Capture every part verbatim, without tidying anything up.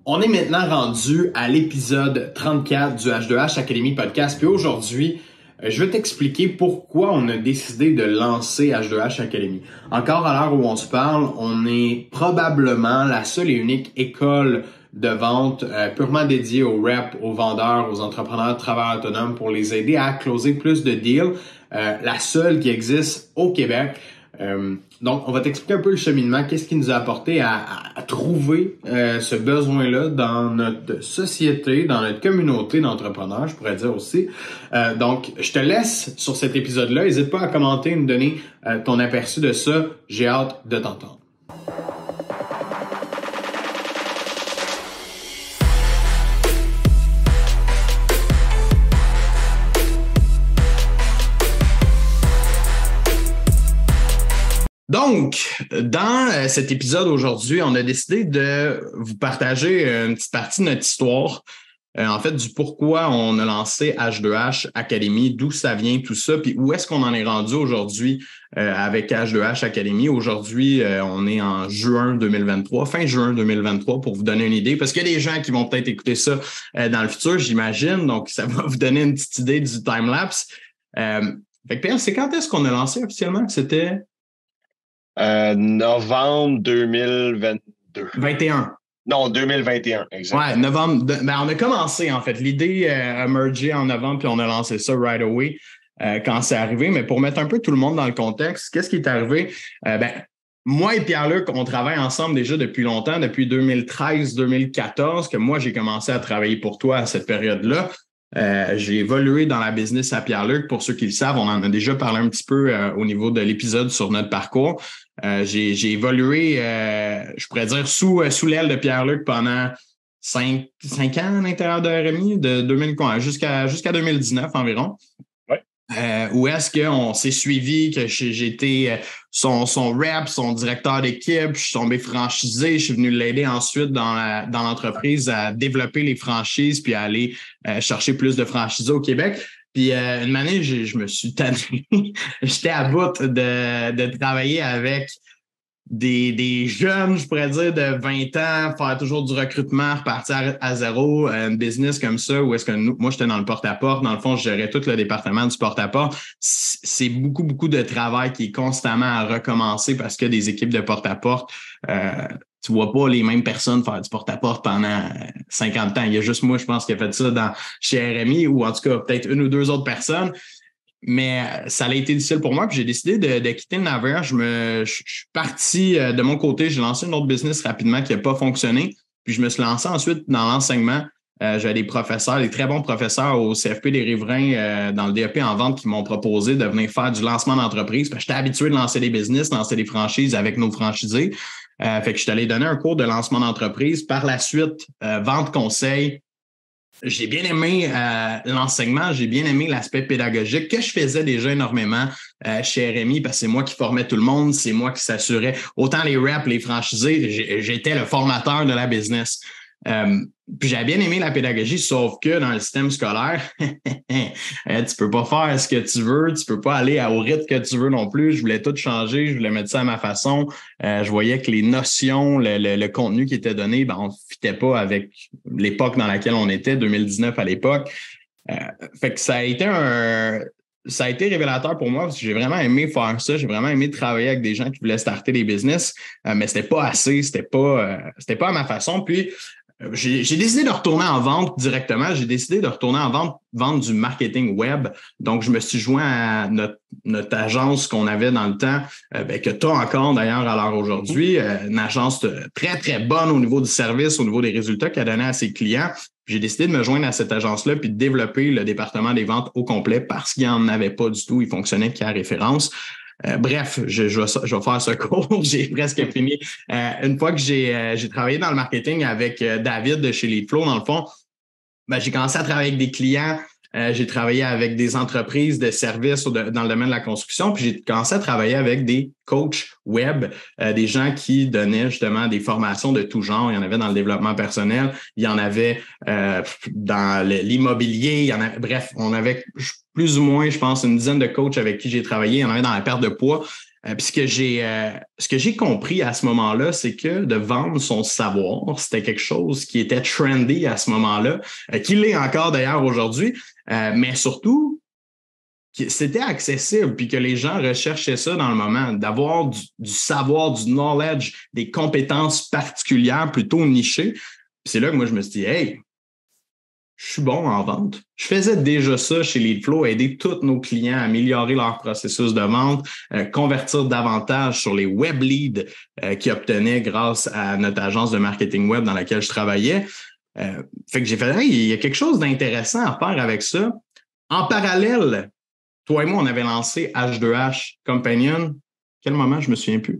On est maintenant rendu à l'épisode trente-quatre du H deux H Academy Podcast. Puis aujourd'hui, je vais t'expliquer pourquoi on a décidé de lancer H deux H Academy. Encore à l'heure où on se parle, on est probablement la seule et unique école de vente euh, purement dédiée aux reps, aux vendeurs, aux entrepreneurs, travailleurs autonomes pour les aider à closer plus de deals. Euh, la seule qui existe au Québec. Euh, donc, on va t'expliquer un peu le cheminement, qu'est-ce qui nous a apporté à, à, à trouver euh, ce besoin-là dans notre société, dans notre communauté d'entrepreneurs, je pourrais dire aussi. Euh, donc, je te laisse sur cet épisode-là. N'hésite pas à commenter et me donner euh, ton aperçu de ça. J'ai hâte de t'entendre. Donc, dans cet épisode aujourd'hui, on a décidé de vous partager une petite partie de notre histoire, euh, en fait, du pourquoi on a lancé H deux H Academy, d'où ça vient tout ça, puis où est-ce qu'on en est rendu aujourd'hui euh, avec H deux H Academy. Aujourd'hui, euh, on est en juin deux mille vingt-trois, fin juin deux mille vingt-trois, pour vous donner une idée, parce qu'il y a des gens qui vont peut-être écouter ça euh, dans le futur, j'imagine, donc ça va vous donner une petite idée du time-lapse. Euh, fait que Pierre, c'est quand est-ce qu'on a lancé officiellement? C'était... Euh, novembre deux mille vingt-deux. vingt et un. Non, deux mille vingt et un, exactement. Ouais, novembre. De, ben on a commencé, en fait. L'idée euh, a mergé en novembre, puis on a lancé ça right away euh, quand c'est arrivé. Mais pour mettre un peu tout le monde dans le contexte, qu'est-ce qui est arrivé? Euh, ben, moi et Pierre-Luc, on travaille ensemble déjà depuis longtemps, depuis deux mille treize deux mille quatorze, que moi, j'ai commencé à travailler pour toi à cette période-là. Euh, j'ai évolué dans la business à Pierre-Luc. Pour ceux qui le savent, on en a déjà parlé un petit peu euh, au niveau de l'épisode sur notre parcours. Euh, j'ai, j'ai évolué, euh, je pourrais dire, sous, sous l'aile de Pierre-Luc pendant cinq, cinq ans à l'intérieur de R M I, de deux mille jusqu'à, jusqu'à deux mille dix-neuf environ. Ouais. Euh, où est-ce qu'on s'est suivi, que j'ai, j'ai été son, son rep, son directeur d'équipe, je suis tombé franchisé, je suis venu l'aider ensuite dans, la, dans l'entreprise à développer les franchises puis à aller euh, chercher plus de franchisés au Québec. Puis euh, une année, je, je me suis tanné. J'étais à bout de, de travailler avec des, des jeunes, je pourrais dire, de vingt ans, faire toujours du recrutement, repartir à, à zéro, un business comme ça, où est-ce que nous, moi, j'étais dans le porte-à-porte. Dans le fond, je gérais tout le département du porte-à-porte. C'est beaucoup, beaucoup de travail qui est constamment à recommencer parce que des équipes de porte-à-porte, euh, tu vois pas les mêmes personnes faire du porte-à-porte pendant cinquante ans. Il y a juste moi, je pense, qui a fait ça dans, chez R M I, ou en tout cas, peut-être une ou deux autres personnes. Mais ça a été difficile pour moi, puis j'ai décidé de, de quitter le navire. Je me, je, je suis parti de mon côté, j'ai lancé une autre business rapidement qui n'a pas fonctionné. Puis je me suis lancé ensuite dans l'enseignement. Euh, j'avais des professeurs, des très bons professeurs au C F P des Riverains, euh, dans le D E P en vente, qui m'ont proposé de venir faire du lancement d'entreprise. Parce que j'étais habitué de lancer des business, lancer des franchises avec nos franchisés. Euh, fait que je suis allé donner un cours de lancement d'entreprise. Par la suite, euh, vente conseil. J'ai bien aimé euh, l'enseignement, j'ai bien aimé l'aspect pédagogique que je faisais déjà énormément euh, chez R M I parce que c'est moi qui formais tout le monde, c'est moi qui s'assurais, autant les reps, les franchisés, j'étais le formateur de la business. Euh, puis j'ai bien aimé la pédagogie, sauf que dans le système scolaire, tu peux pas faire ce que tu veux, tu peux pas aller au rythme que tu veux non plus. Je voulais tout changer, je voulais mettre ça à ma façon. Euh, je voyais que les notions, le, le, le contenu qui était donné, ben, on ne fitait pas avec l'époque dans laquelle on était, deux mille dix-neuf à l'époque. Euh, fait que ça a été un... Ça a été révélateur pour moi parce que j'ai vraiment aimé faire ça. J'ai vraiment aimé travailler avec des gens qui voulaient starter des business, euh, mais c'était pas assez, c'était pas, euh, c'était pas à ma façon. Puis J'ai, j'ai décidé de retourner en vente directement. J'ai décidé de retourner en vente, vendre du marketing web. Donc, je me suis joint à notre, notre agence qu'on avait dans le temps, euh, ben, que tu as encore d'ailleurs à l'heure aujourd'hui. Euh, une agence très, très bonne au niveau du service, au niveau des résultats qu'elle donnait à ses clients. J'ai décidé de me joindre à cette agence-là puis de développer le département des ventes au complet parce qu'il n'y en avait pas du tout. Il fonctionnait qu'à référence. Euh, bref, je, je, vais, je vais faire ce cours. J'ai presque fini. Euh, une fois que j'ai, euh, j'ai travaillé dans le marketing avec euh, David de chez Leadflow, dans le fond, ben, j'ai commencé à travailler avec des clients. Euh, j'ai travaillé avec des entreprises de services de, dans le domaine de la construction, puis j'ai commencé à travailler avec des coachs web, euh, des gens qui donnaient justement des formations de tout genre. Il y en avait dans le développement personnel, il y en avait euh, dans l'immobilier, il y en avait, bref, on avait plus ou moins, je pense, une dizaine de coachs avec qui j'ai travaillé. Il y en avait dans la perte de poids. Euh, puis ce que j'ai euh, ce que j'ai compris à ce moment-là, c'est que de vendre son savoir, c'était quelque chose qui était trendy à ce moment-là, euh, qui l'est encore d'ailleurs aujourd'hui, euh, mais surtout que c'était accessible puis que les gens recherchaient ça dans le moment, d'avoir du, du savoir, du knowledge, des compétences particulières plutôt nichées. Puis c'est là que moi je me suis dit, hey, je suis bon en vente. Je faisais déjà ça chez Leadflow, aider tous nos clients à améliorer leur processus de vente, euh, convertir davantage sur les web leads euh, qu'ils obtenaient grâce à notre agence de marketing web dans laquelle je travaillais. Euh, fait que j'ai fait, hey, il y a quelque chose d'intéressant à faire avec ça. En parallèle, toi et moi, on avait lancé H deux H Companion. Quel moment, je me souviens plus.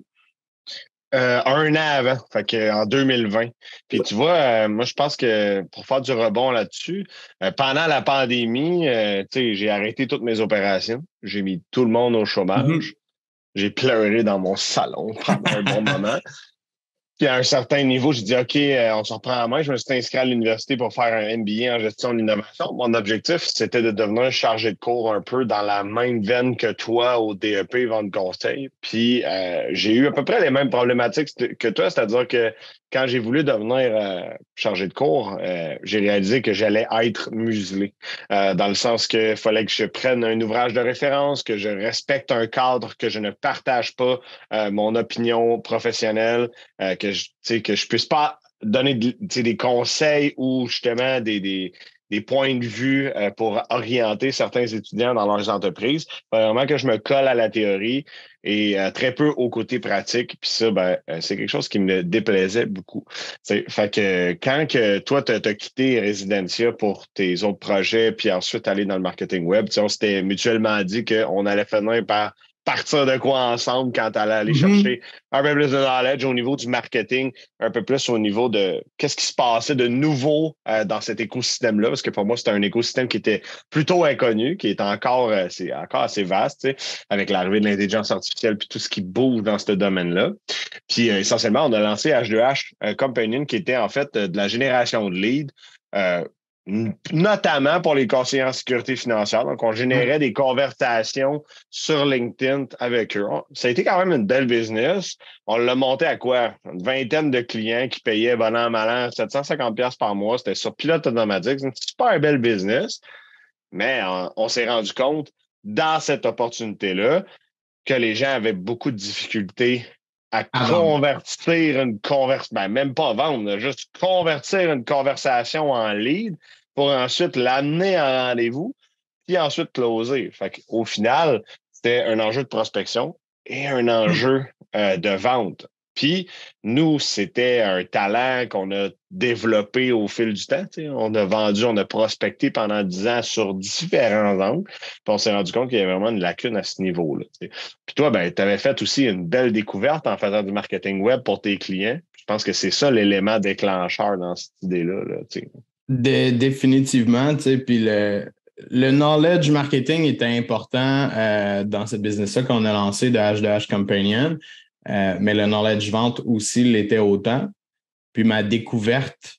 Euh, un an avant, fait que en deux mille vingt. Puis tu vois, euh, moi je pense que pour faire du rebond là-dessus, euh, pendant la pandémie, euh, tu sais, j'ai arrêté toutes mes opérations. J'ai mis tout le monde au chômage. Mm-hmm. J'ai pleuré dans mon salon pendant un bon moment. Puis à un certain niveau, j'ai dit, OK, euh, on se reprend en main. Je me suis inscrit à l'université pour faire un M B A en gestion de l'innovation. Mon objectif, c'était de devenir chargé de cours un peu dans la même veine que toi au D E P, vente conseil. Puis euh, j'ai eu à peu près les mêmes problématiques que toi, c'est-à-dire que quand j'ai voulu devenir euh, chargé de cours, euh, j'ai réalisé que j'allais être muselé. Euh, dans le sens qu'il fallait que je prenne un ouvrage de référence, que je respecte un cadre, que je ne partage pas euh, mon opinion professionnelle, euh, que je, que je puisse pas donner de, des conseils ou justement des, des, des points de vue euh, pour orienter certains étudiants dans leurs entreprises. Il faut vraiment que je me colle à la théorie et euh, très peu au côté pratique. Puis ça, ben, c'est quelque chose qui me déplaisait beaucoup. T'sais, fait que quand que toi, tu as quitté Residencia pour tes autres projets, puis ensuite aller dans le marketing web, on s'était mutuellement dit qu'on allait finir par partir de quoi ensemble quand tu allais aller mm-hmm. chercher un peu plus de knowledge au niveau du marketing, un peu plus au niveau de qu'est-ce qui se passait de nouveau euh, dans cet écosystème-là, parce que pour moi, c'était un écosystème qui était plutôt inconnu, qui est encore, euh, c'est encore assez vaste, tu sais, avec l'arrivée de l'intelligence artificielle puis tout ce qui bouge dans ce domaine-là. Puis euh, essentiellement, on a lancé H deux H euh, Companion, qui était en fait euh, de la génération de leads, euh, notamment pour les conseillers en sécurité financière. Donc, on générait des conversations sur LinkedIn avec eux. Ça a été quand même une belle business. On l'a monté à quoi? Une vingtaine de clients qui payaient bon an, mal an, sept cent cinquante dollars par mois. C'était sur pilote automatique. C'est une super belle business. Mais on, on s'est rendu compte, dans cette opportunité-là, que les gens avaient beaucoup de difficultés à, à convertir une conversation, ben même pas vendre, juste convertir une conversation en lead pour ensuite l'amener en rendez-vous, puis ensuite closer. Fait qu'au final, c'était un enjeu de prospection et un enjeu euh, de vente. Puis, nous, c'était un talent qu'on a développé au fil du temps. T'sais. On a vendu, on a prospecté pendant dix ans sur différents angles. Puis, on s'est rendu compte qu'il y avait vraiment une lacune à ce niveau-là. T'sais. Puis toi, ben, tu avais fait aussi une belle découverte en faisant du marketing web pour tes clients. Je pense que c'est ça l'élément déclencheur dans cette idée-là. Là, De, définitivement. Puis le, le knowledge marketing était important euh, dans cette business-là qu'on a lancé de H deux H Companion. Euh, mais le knowledge vente aussi l'était autant. Puis ma découverte,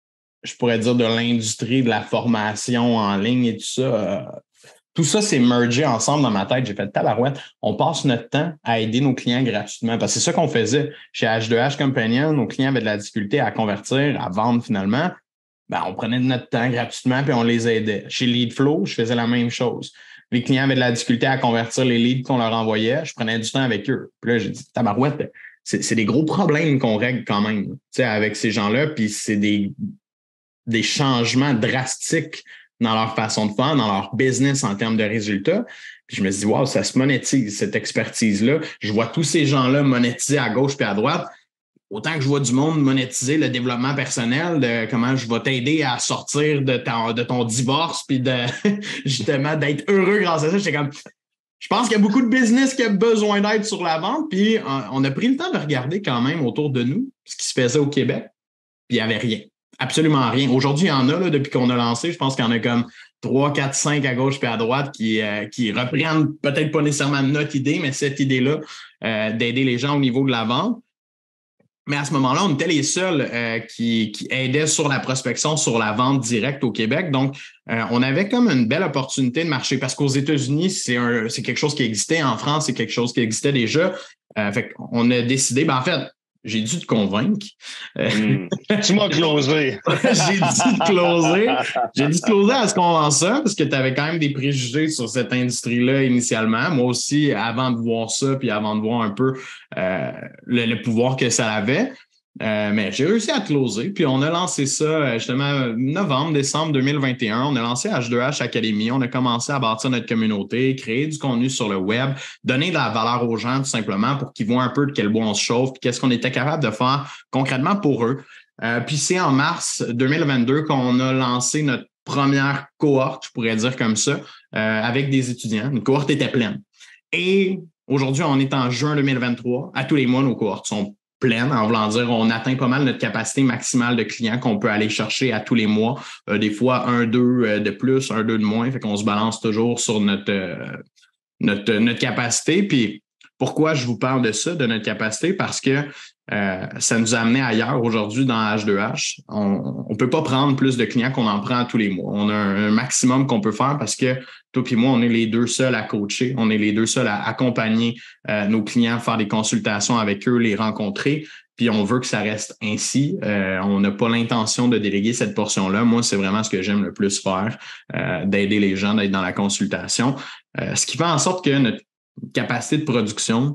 je pourrais dire, de l'industrie de la formation en ligne et tout ça, euh, tout ça s'est mergé ensemble dans ma tête. J'ai fait tabarouette. On passe notre temps à aider nos clients gratuitement. Parce que c'est ça qu'on faisait chez H deux H Companion. Nos clients avaient de la difficulté à convertir, à vendre finalement. Ben, on prenait de notre temps gratuitement puis on les aidait. Chez Leadflow, je faisais la même chose. Les clients avaient de la difficulté à convertir les leads qu'on leur envoyait. Je prenais du temps avec eux. Puis là, j'ai dit, tabarouette, c'est, c'est des gros problèmes qu'on règle quand même, tu sais, avec ces gens-là. Puis c'est des, des changements drastiques dans leur façon de faire, dans leur business en termes de résultats. Puis je me dis, wow, ça se monétise, cette expertise-là. Je vois tous ces gens-là monétiser à gauche puis à droite. Autant que je vois du monde monétiser le développement personnel, de comment je vais t'aider à sortir de ton, de ton divorce puis de justement d'être heureux grâce à ça. J'étais comme, je pense qu'il y a beaucoup de business qui a besoin d'aide sur la vente. Puis on a pris le temps de regarder quand même autour de nous ce qui se faisait au Québec. Puis il n'y avait rien. Absolument rien. Aujourd'hui, il y en a là, depuis qu'on a lancé. Je pense qu'il y en a comme trois, quatre, cinq à gauche puis à droite qui, euh, qui reprennent peut-être pas nécessairement notre idée, mais cette idée-là euh, d'aider les gens au niveau de la vente. Mais à ce moment-là, on était les seuls euh, qui, qui aidaient sur la prospection, sur la vente directe au Québec. Donc, euh, on avait comme une belle opportunité de marché parce qu'aux États-Unis, c'est un, c'est quelque chose qui existait. En France, c'est quelque chose qui existait déjà. Euh, fait qu'on a décidé, ben en fait, j'ai dû te convaincre. Euh, Mm. Tu m'as closé. j'ai dû te closer. J'ai dû te closer à ce qu'on vend ça parce que tu avais quand même des préjugés sur cette industrie-là initialement. Moi aussi, avant de voir ça, puis avant de voir un peu euh, le, le pouvoir que ça avait. Euh, mais j'ai réussi à closer, puis on a lancé ça justement novembre, décembre deux mille vingt et un. On a lancé H deux H Academy. On a commencé à bâtir notre communauté, créer du contenu sur le web, donner de la valeur aux gens tout simplement pour qu'ils voient un peu de quel bois on se chauffe, puis qu'est-ce qu'on était capable de faire concrètement pour eux. Euh, puis c'est en mars deux mille vingt-deux qu'on a lancé notre première cohorte, je pourrais dire comme ça, euh, avec des étudiants. Une cohorte était pleine. Et aujourd'hui, on est en juin deux mille vingt-trois. À tous les mois, nos cohortes sont pleines, en voulant dire on atteint pas mal notre capacité maximale de clients qu'on peut aller chercher à tous les mois. Euh, des fois, un, deux euh, de plus, un, deux de moins. Fait qu'on se balance toujours sur notre, euh, notre, notre capacité. Puis pourquoi je vous parle de ça, de notre capacité? Parce que euh, ça nous a amené ailleurs aujourd'hui dans H deux H. On ne peut pas prendre plus de clients qu'on en prend tous les mois. On a un, un maximum qu'on peut faire parce que toi et moi, on est les deux seuls à coacher. On est les deux seuls à accompagner euh, nos clients, faire des consultations avec eux, les rencontrer. Puis on veut que ça reste ainsi. Euh, on n'a pas l'intention de déléguer cette portion-là. Moi, c'est vraiment ce que j'aime le plus faire, euh, d'aider les gens, d'être dans la consultation. Euh, ce qui fait en sorte que notre capacité de production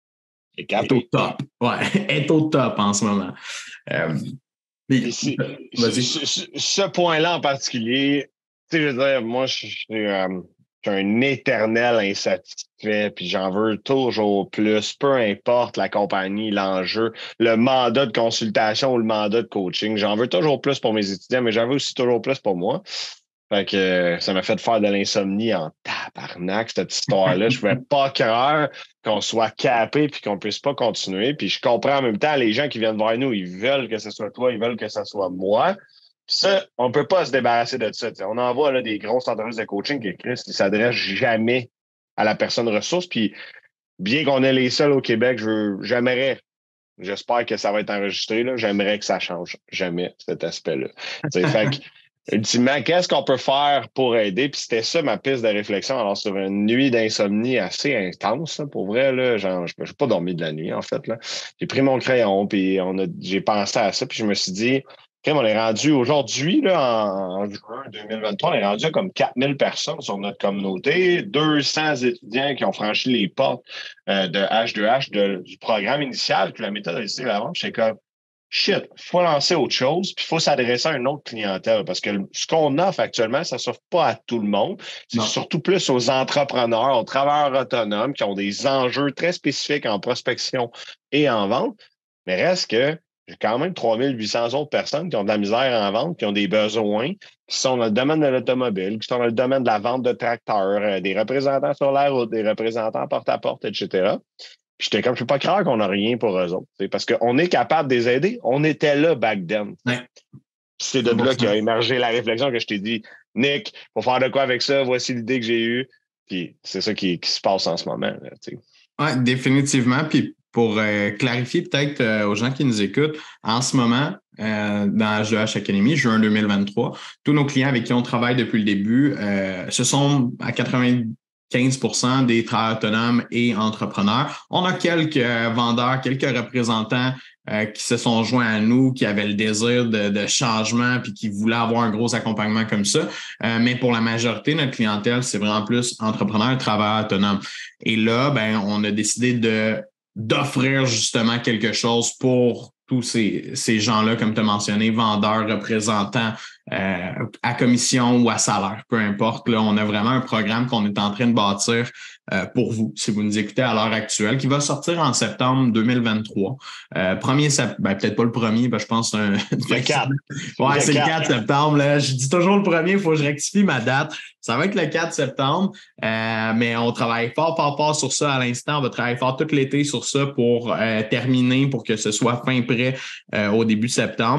est au top. Ouais, est au top en ce moment. Euh, mais, ce, vas-y. ce, ce point-là en particulier, tu sais, je veux dire, moi, je suis euh, un éternel insatisfait, puis j'en veux toujours plus, peu importe la compagnie, l'enjeu, le mandat de consultation ou le mandat de coaching. J'en veux toujours plus pour mes étudiants, mais j'en veux aussi toujours plus pour moi. Fait que euh, ça m'a fait faire de l'insomnie en tabarnak, cette histoire-là. Je pouvais pas croire qu'on soit capé puis qu'on puisse pas continuer. Puis je comprends en même temps, les gens qui viennent voir nous, ils veulent que ce soit toi, ils veulent que ce soit moi. Puis ça, on peut pas se débarrasser de ça. T'sais. On envoie là, des grosses entreprises de coaching qui ne s'adressent jamais à la personne ressource. Puis bien qu'on est les seuls au Québec, je veux, j'aimerais, j'espère que ça va être enregistré, là, j'aimerais que ça change. Jamais cet aspect-là. T'sais, fait que ultimement, qu'est-ce qu'on peut faire pour aider? Puis c'était ça ma piste de réflexion. Alors, sur une nuit d'insomnie assez intense, là, pour vrai, là, genre, je n'ai pas dormi de la nuit, en fait. Là. J'ai pris mon crayon, puis on a, j'ai pensé à ça, puis je me suis dit, okay, on est rendu aujourd'hui, là, en, en juin deux mille vingt-trois, on est rendu à comme quatre mille personnes sur notre communauté, deux cents étudiants qui ont franchi les portes euh, de H deux H, de, du programme initial, puis la méthode a décidé avant. J'étais comme, shit, il faut lancer autre chose, puis il faut s'adresser à une autre clientèle parce que ce qu'on offre actuellement, ça ne s'offre pas à tout le monde. C'est non. Surtout plus aux entrepreneurs, aux travailleurs autonomes qui ont des enjeux très spécifiques en prospection et en vente. Mais reste que j'ai quand même trois mille huit cents autres personnes qui ont de la misère en vente, qui ont des besoins, qui sont dans le domaine de l'automobile, qui sont dans le domaine de la vente de tracteurs, des représentants sur la route, des représentants porte-à-porte, et cetera. Puis j'étais comme, je ne peux pas croire qu'on n'a rien pour eux autres. Parce qu'on est capable de les aider. On était là back then. Ouais. C'est de là qu'a émergé la réflexion que je t'ai dit, Nick, il faut faire de quoi avec ça? Voici l'idée que j'ai eue. Puis c'est ça qui, qui se passe en ce moment. Oui, définitivement. Puis pour euh, clarifier peut-être euh, aux gens qui nous écoutent, en ce moment, euh, dans H deux H Academy, juin deux mille vingt-trois, tous nos clients avec qui on travaille depuis le début, euh, ce sont à quatre-vingt-quinze pour cent des travailleurs autonomes et entrepreneurs. On a quelques vendeurs, quelques représentants euh, qui se sont joints à nous, qui avaient le désir de, de changement puis qui voulaient avoir un gros accompagnement comme ça. Euh, mais pour la majorité, notre clientèle, c'est vraiment plus entrepreneurs et travailleurs autonomes. Et là, ben, on a décidé de d'offrir justement quelque chose pour tous ces, ces gens-là, comme tu as mentionné, vendeurs, représentants, euh, à commission ou à salaire, peu importe. Là, on a vraiment un programme qu'on est en train de bâtir euh, pour vous, si vous nous écoutez à l'heure actuelle, qui va sortir en septembre deux mille vingt-trois. Euh, premier septembre, ben, peut-être pas le premier, ben, je pense que c'est un... le quatre. Ouais, c'est le quatre septembre. Là. Je dis toujours le premier, il faut que je rectifie ma date. Ça va être le quatre septembre, euh, mais on travaille fort, fort, fort sur ça à l'instant. On va travailler fort tout l'été sur ça pour euh, terminer, pour que ce soit fin prêt euh, au début septembre.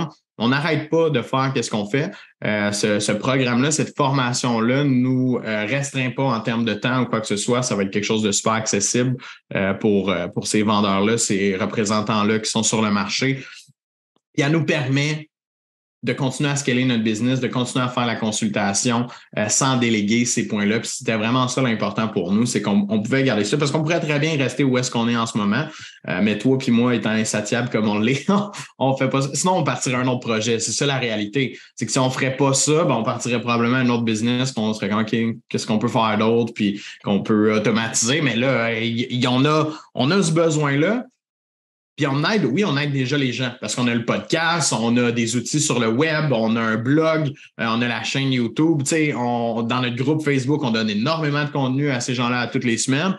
on n'arrête pas de faire qu'est-ce qu'on fait. Euh, ce, ce programme-là, cette formation-là, nous euh, restreint pas en termes de temps ou quoi que ce soit. Ça va être quelque chose de super accessible euh, pour, euh, pour ces vendeurs-là, ces représentants-là qui sont sur le marché. Et elle nous permet de continuer à scaler notre business, de continuer à faire la consultation euh, sans déléguer ces points-là. Puis c'était vraiment ça l'important pour nous, c'est qu'on on pouvait garder ça parce qu'on pourrait très bien rester où est-ce qu'on est en ce moment. Euh, mais toi puis moi, étant insatiable comme on l'est, on fait pas ça. Sinon, on partirait un autre projet. C'est ça la réalité. C'est que si on ferait pas ça, ben, on partirait probablement un autre business qu'on serait comme, OK, qu'est-ce qu'on peut faire d'autre puis qu'on peut automatiser. Mais là, il y, y en a, on a ce besoin-là. Puis on aide, oui, on aide déjà les gens parce qu'on a le podcast, on a des outils sur le web, on a un blog, euh, on a la chaîne YouTube. Tu sais, on, dans notre groupe Facebook, on donne énormément de contenu à ces gens-là toutes les semaines.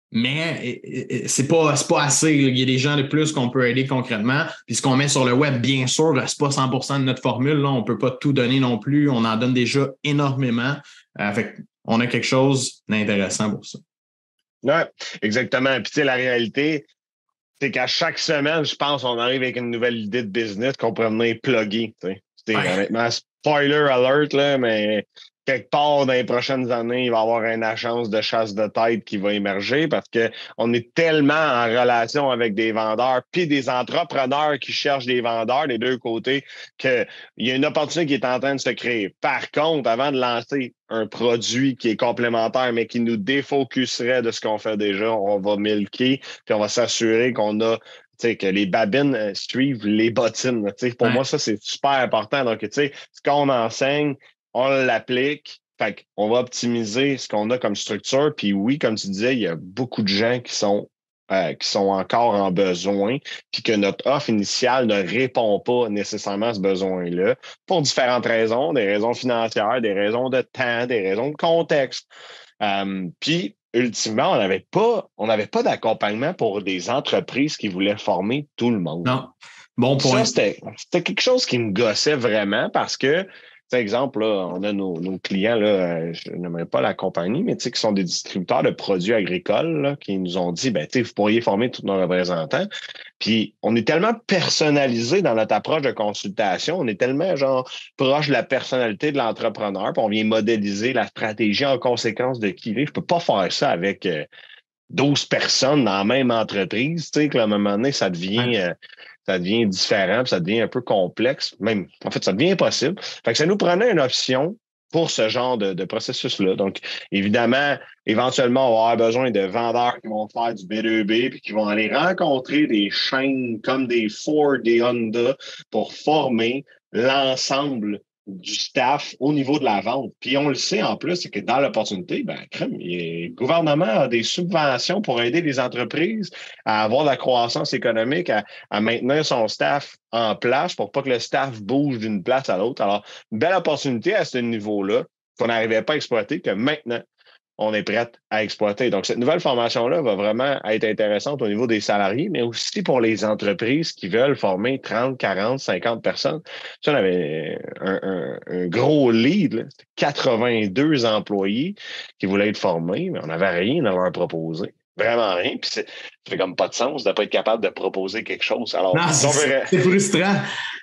Mais c'est pas, c'est pas assez. Il y a des gens de plus qu'on peut aider concrètement. Puis ce qu'on met sur le web, bien sûr, c'est pas cent pour cent de notre formule. Là. On peut pas tout donner non plus. On en donne déjà énormément. Euh, fait on a quelque chose d'intéressant pour ça. Oui, exactement. Puis tu sais, la réalité, c'est qu'à chaque semaine, je pense, on arrive avec une nouvelle idée de business qu'on pourrait venir plugger. Ouais. Honnêtement, spoiler alert, là, mais quelque part dans les prochaines années, il va y avoir une agence de chasse de tête qui va émerger parce qu'on est tellement en relation avec des vendeurs puis des entrepreneurs qui cherchent des vendeurs des deux côtés qu'il y a une opportunité qui est en train de se créer. Par contre, avant de lancer un produit qui est complémentaire mais qui nous défocuserait de ce qu'on fait déjà, on va milquer puis on va s'assurer qu'on a T'sais, que les babines euh, suivent les bottines. T'sais, pour ouais. moi, ça, c'est super important. Donc, ce qu'on enseigne, on l'applique. Fait qu'on va optimiser ce qu'on a comme structure. Puis oui, comme tu disais, il y a beaucoup de gens qui sont, euh, qui sont encore en besoin, puis que notre offre initiale ne répond pas nécessairement à ce besoin-là pour différentes raisons, des raisons financières, des raisons de temps, des raisons de contexte. Euh, puis, ultimement, on n'avait pas, on n'avait pas d'accompagnement pour des entreprises qui voulaient former tout le monde. Non. Bon point. Ça, c'était, c'était quelque chose qui me gossait vraiment parce que, par exemple, là, on a nos, nos clients, là, je n'aimerais pas la compagnie, mais qui sont des distributeurs de produits agricoles là, qui nous ont dit, ben, vous pourriez former tous nos représentants. Puis, on est tellement personnalisé dans notre approche de consultation, on est tellement genre proche de la personnalité de l'entrepreneur, puis on vient modéliser la stratégie en conséquence de qui il est. Je peux pas faire ça avec euh, douze personnes dans la même entreprise, tu sais, qu'à un moment donné, ça devient... Euh, ça devient différent, puis ça devient un peu complexe. Même, en fait, ça devient impossible. Fait que ça nous prenait une option pour ce genre de, de processus-là. Donc, évidemment, éventuellement, on va avoir besoin de vendeurs qui vont faire du B deux B puis qui vont aller rencontrer des chaînes comme des Ford, des Honda pour former l'ensemble du staff au niveau de la vente. Puis on le sait en plus, c'est que dans l'opportunité, ben, crème, le gouvernement a des subventions pour aider les entreprises à avoir de la croissance économique, à, à maintenir son staff en place pour pas que le staff bouge d'une place à l'autre. Alors, une belle opportunité à ce niveau-là qu'on n'arrivait pas à exploiter, que maintenant, on est prêt à exploiter. Donc, cette nouvelle formation-là va vraiment être intéressante au niveau des salariés, mais aussi pour les entreprises qui veulent former trente, quarante, cinquante personnes. Ça, on avait un, un, un gros lead, là. C'était quatre-vingt-deux employés qui voulaient être formés, mais on n'avait rien à leur proposer. Vraiment rien. Puis c'est, ça fait comme pas de sens de ne pas être capable de proposer quelque chose. Alors, non, si on veut... c'est frustrant.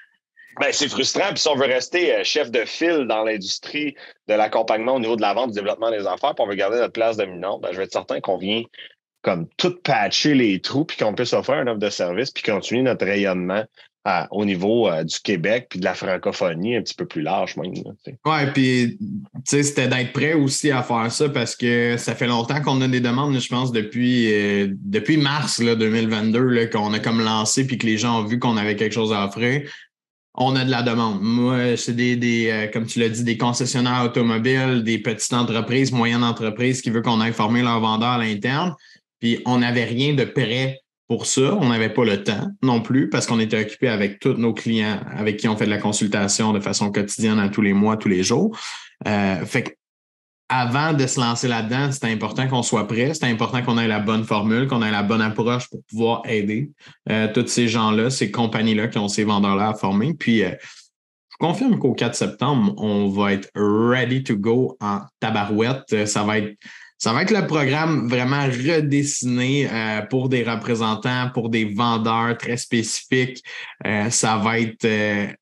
Ben, c'est frustrant. Puis si on veut rester chef de file dans l'industrie de l'accompagnement au niveau de la vente, du développement des affaires, puis on veut garder notre place dominante, ben, je vais être certain qu'on vient comme tout patcher les trous, puis qu'on puisse offrir un offre de service, puis continuer notre rayonnement à, au niveau euh, du Québec, puis de la francophonie un petit peu plus large même. Oui, puis tu sais, c'était d'être prêt aussi à faire ça parce que ça fait longtemps qu'on a des demandes, je pense, depuis, euh, depuis mars là, deux mille vingt-deux, là, qu'on a comme lancé, puis que les gens ont vu qu'on avait quelque chose à offrir. On a de la demande. Moi, c'est des, des euh, comme tu l'as dit, des concessionnaires automobiles, des petites entreprises, moyennes entreprises qui veulent qu'on aille former leurs vendeurs à l'interne. Puis on n'avait rien de prêt pour ça. On n'avait pas le temps non plus parce qu'on était occupé avec tous nos clients avec qui on fait de la consultation de façon quotidienne à tous les mois, tous les jours. Euh, fait que avant de se lancer là-dedans, c'était important qu'on soit prêt, c'était important qu'on ait la bonne formule, qu'on ait la bonne approche pour pouvoir aider euh, tous ces gens-là, ces compagnies-là qui ont ces vendeurs-là à former. Puis, euh, je confirme qu'au quatre septembre, on va être ready to go en tabarouette. Ça va être, ça va être le programme vraiment redessiné euh, pour des représentants, pour des vendeurs très spécifiques. Euh, ça va être... Euh,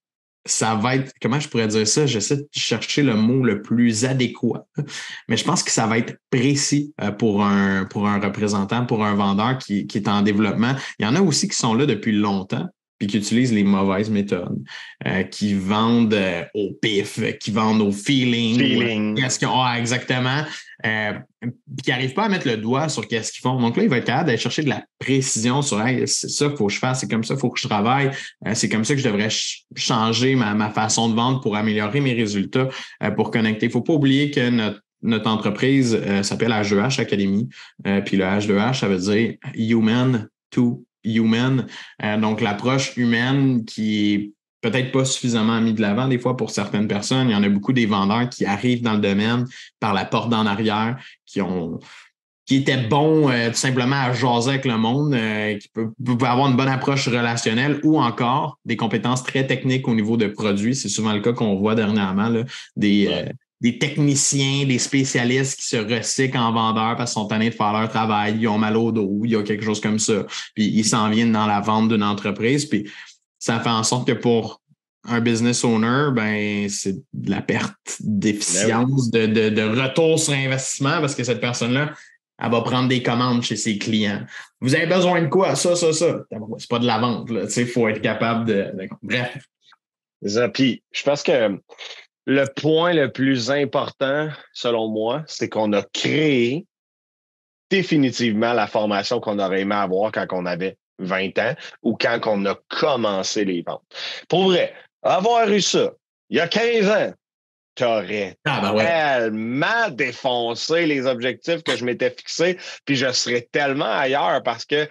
ça va être, comment je pourrais dire ça? J'essaie de chercher le mot le plus adéquat, mais je pense que ça va être précis pour un, pour un représentant, pour un vendeur qui, qui est en développement. Il y en a aussi qui sont là depuis longtemps puis qui utilisent les mauvaises méthodes, euh, qui vendent euh, au pif, qui vendent au feeling. Feeling. Qu'est-ce qu'ils ont, ah, exactement. Euh, puis qui n'arrivent pas à mettre le doigt sur qu'est-ce qu'ils font. Donc là, il va être capable d'aller chercher de la précision sur hey, c'est ça qu'il faut que je fasse, c'est comme ça qu'il faut que je travaille, euh, c'est comme ça que je devrais ch- changer ma, ma façon de vendre pour améliorer mes résultats, euh, pour connecter. Il ne faut pas oublier que notre Notre entreprise euh, s'appelle H deux H Academy. Euh, puis le H deux H, ça veut dire Human to Human. Euh, donc, l'approche humaine qui est peut-être pas suffisamment mise de l'avant des fois pour certaines personnes. Il y en a beaucoup des vendeurs qui arrivent dans le domaine par la porte d'en arrière, qui ont qui étaient bons euh, tout simplement à jaser avec le monde, euh, qui peuvent, peuvent avoir une bonne approche relationnelle ou encore des compétences très techniques au niveau de produits. C'est souvent le cas qu'on voit dernièrement, là, des... Ouais. Euh, des techniciens, des spécialistes qui se recyclent en vendeurs parce qu'ils sont tannés de faire leur travail, ils ont mal au dos, il y a quelque chose comme ça. Puis ils s'en viennent dans la vente d'une entreprise. Puis ça fait en sorte que pour un business owner, ben c'est de la perte d'efficience, de, de, de retour sur investissement parce que cette personne-là, elle va prendre des commandes chez ses clients. Vous avez besoin de quoi? Ça, ça, ça. C'est pas de la vente, là. Tu sais, il faut être capable de. de... Bref. Ça, puis je pense que le point le plus important, selon moi, c'est qu'on a créé définitivement la formation qu'on aurait aimé avoir quand on avait vingt ans ou quand on a commencé les ventes. Pour vrai, avoir eu ça il y a quinze ans, t'aurais ah ben ouais. tellement défoncé les objectifs que je m'étais fixés, puis je serais tellement ailleurs parce que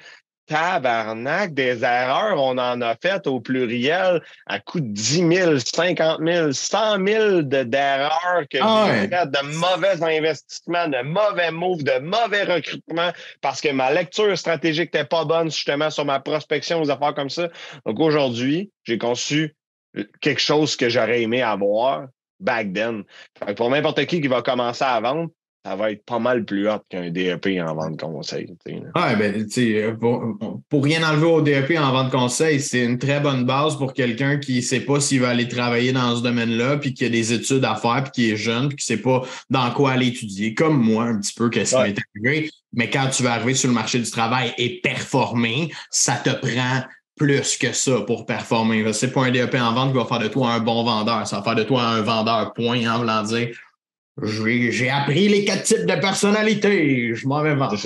tabarnak, des erreurs, on en a fait au pluriel à coût de dix mille, cinquante mille, cent mille de, d'erreurs que ah j'ai ouais. fait, de mauvais investissements, de mauvais moves, de mauvais recrutements parce que ma lecture stratégique n'était pas bonne justement sur ma prospection, aux affaires comme ça. Donc aujourd'hui, j'ai conçu quelque chose que j'aurais aimé avoir back then. Fait que pour n'importe qui qui va commencer à vendre, ça va être pas mal plus hot qu'un D E P en vente conseil. Oui, ben, tu sais, pour, pour rien enlever au D E P en vente conseil, c'est une très bonne base pour quelqu'un qui ne sait pas s'il va aller travailler dans ce domaine-là, puis qui a des études à faire, puis qui est jeune, puis qui ne sait pas dans quoi aller étudier, comme moi, un petit peu, qu'est-ce qui ouais. m'est arrivé. Mais quand tu vas arriver sur le marché du travail et performer, ça te prend plus que ça pour performer. C'est pas un D E P en vente qui va faire de toi un bon vendeur. Ça va faire de toi un vendeur, point, en voulant dire j'ai, j'ai appris les quatre types de personnalité. Je m'en vais vendre.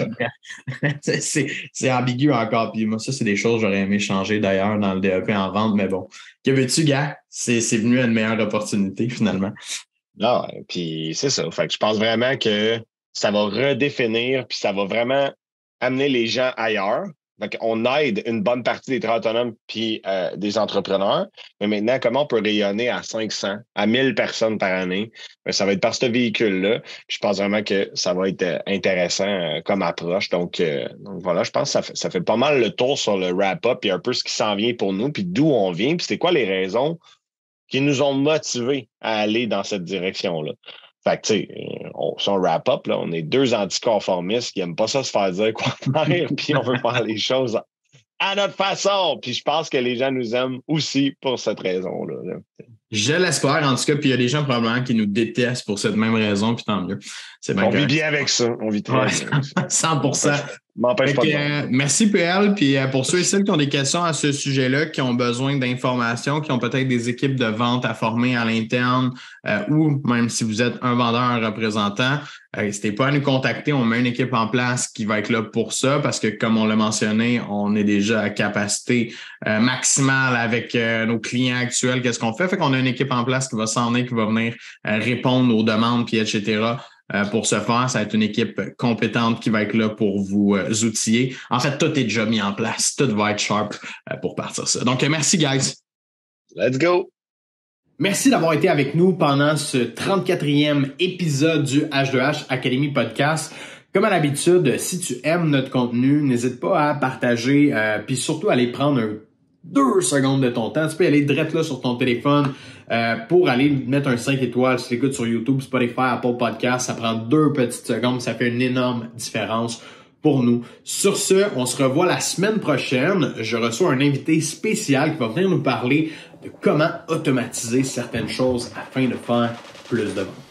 C'est, c'est, c'est ambigu encore. Puis moi, ça, c'est des choses que j'aurais aimé changer d'ailleurs dans le D E P en vente. Mais bon, que veux-tu, gars? C'est, c'est venu à une meilleure opportunité finalement. Non, puis c'est ça. Fait que je pense vraiment que ça va redéfinir, puis ça va vraiment amener les gens ailleurs. Fait qu'on aide une bonne partie des travailleurs autonomes puis euh, des entrepreneurs. Mais maintenant, comment on peut rayonner à cinq cents, à mille personnes par année? Bien, ça va être par ce véhicule-là. Puis je pense vraiment que ça va être intéressant euh, comme approche. Donc, euh, donc voilà, je pense que ça fait, ça fait pas mal le tour sur le wrap-up puis un peu ce qui s'en vient pour nous, puis d'où on vient, puis c'est quoi les raisons qui nous ont motivés à aller dans cette direction-là. Fait que, tu sais, on, si on wrap up, là, on est deux anticonformistes qui n'aiment pas ça se faire dire quoi faire, puis on veut faire les choses à notre façon. Puis je pense que les gens nous aiment aussi pour cette raison-là. Là. Je l'espère, en tout cas, puis il y a des gens probablement qui nous détestent pour cette même raison, puis tant mieux. C'est bien on correct. vit bien avec ça. On vit très ouais, bien avec ça. cent pour cent. M'empêche pas de euh, merci P L, puis euh, pour ceux et celles qui ont des questions à ce sujet-là, qui ont besoin d'informations, qui ont peut-être des équipes de vente à former à l'interne, euh, ou même si vous êtes un vendeur, un représentant, euh, n'hésitez pas à nous contacter. On met une équipe en place qui va être là pour ça, parce que comme on l'a mentionné, on est déjà à capacité euh, maximale avec euh, nos clients actuels. Qu'est-ce qu'on fait? Fait qu'on a une équipe en place qui va s'en aller, qui va venir euh, répondre aux demandes, puis et cetera. Euh, pour ce faire, ça va être une équipe compétente qui va être là pour vous euh, outiller. En fait, tout est déjà mis en place. Tout va être sharp euh, pour partir ça. Donc, euh, merci, guys. Let's go. Merci d'avoir été avec nous pendant ce trente-quatrième épisode du H deux H Academy Podcast. Comme à l'habitude, si tu aimes notre contenu, n'hésite pas à partager, euh, puis surtout à aller prendre un deux secondes de ton temps. Tu peux aller direct là sur ton téléphone euh, pour aller mettre un cinq étoiles. Si tu l'écoutes sur YouTube, Spotify, Apple Podcast, ça prend deux petites secondes. Ça fait une énorme différence pour nous. Sur ce, on se revoit la semaine prochaine. Je reçois un invité spécial qui va venir nous parler de comment automatiser certaines choses afin de faire plus de ventes.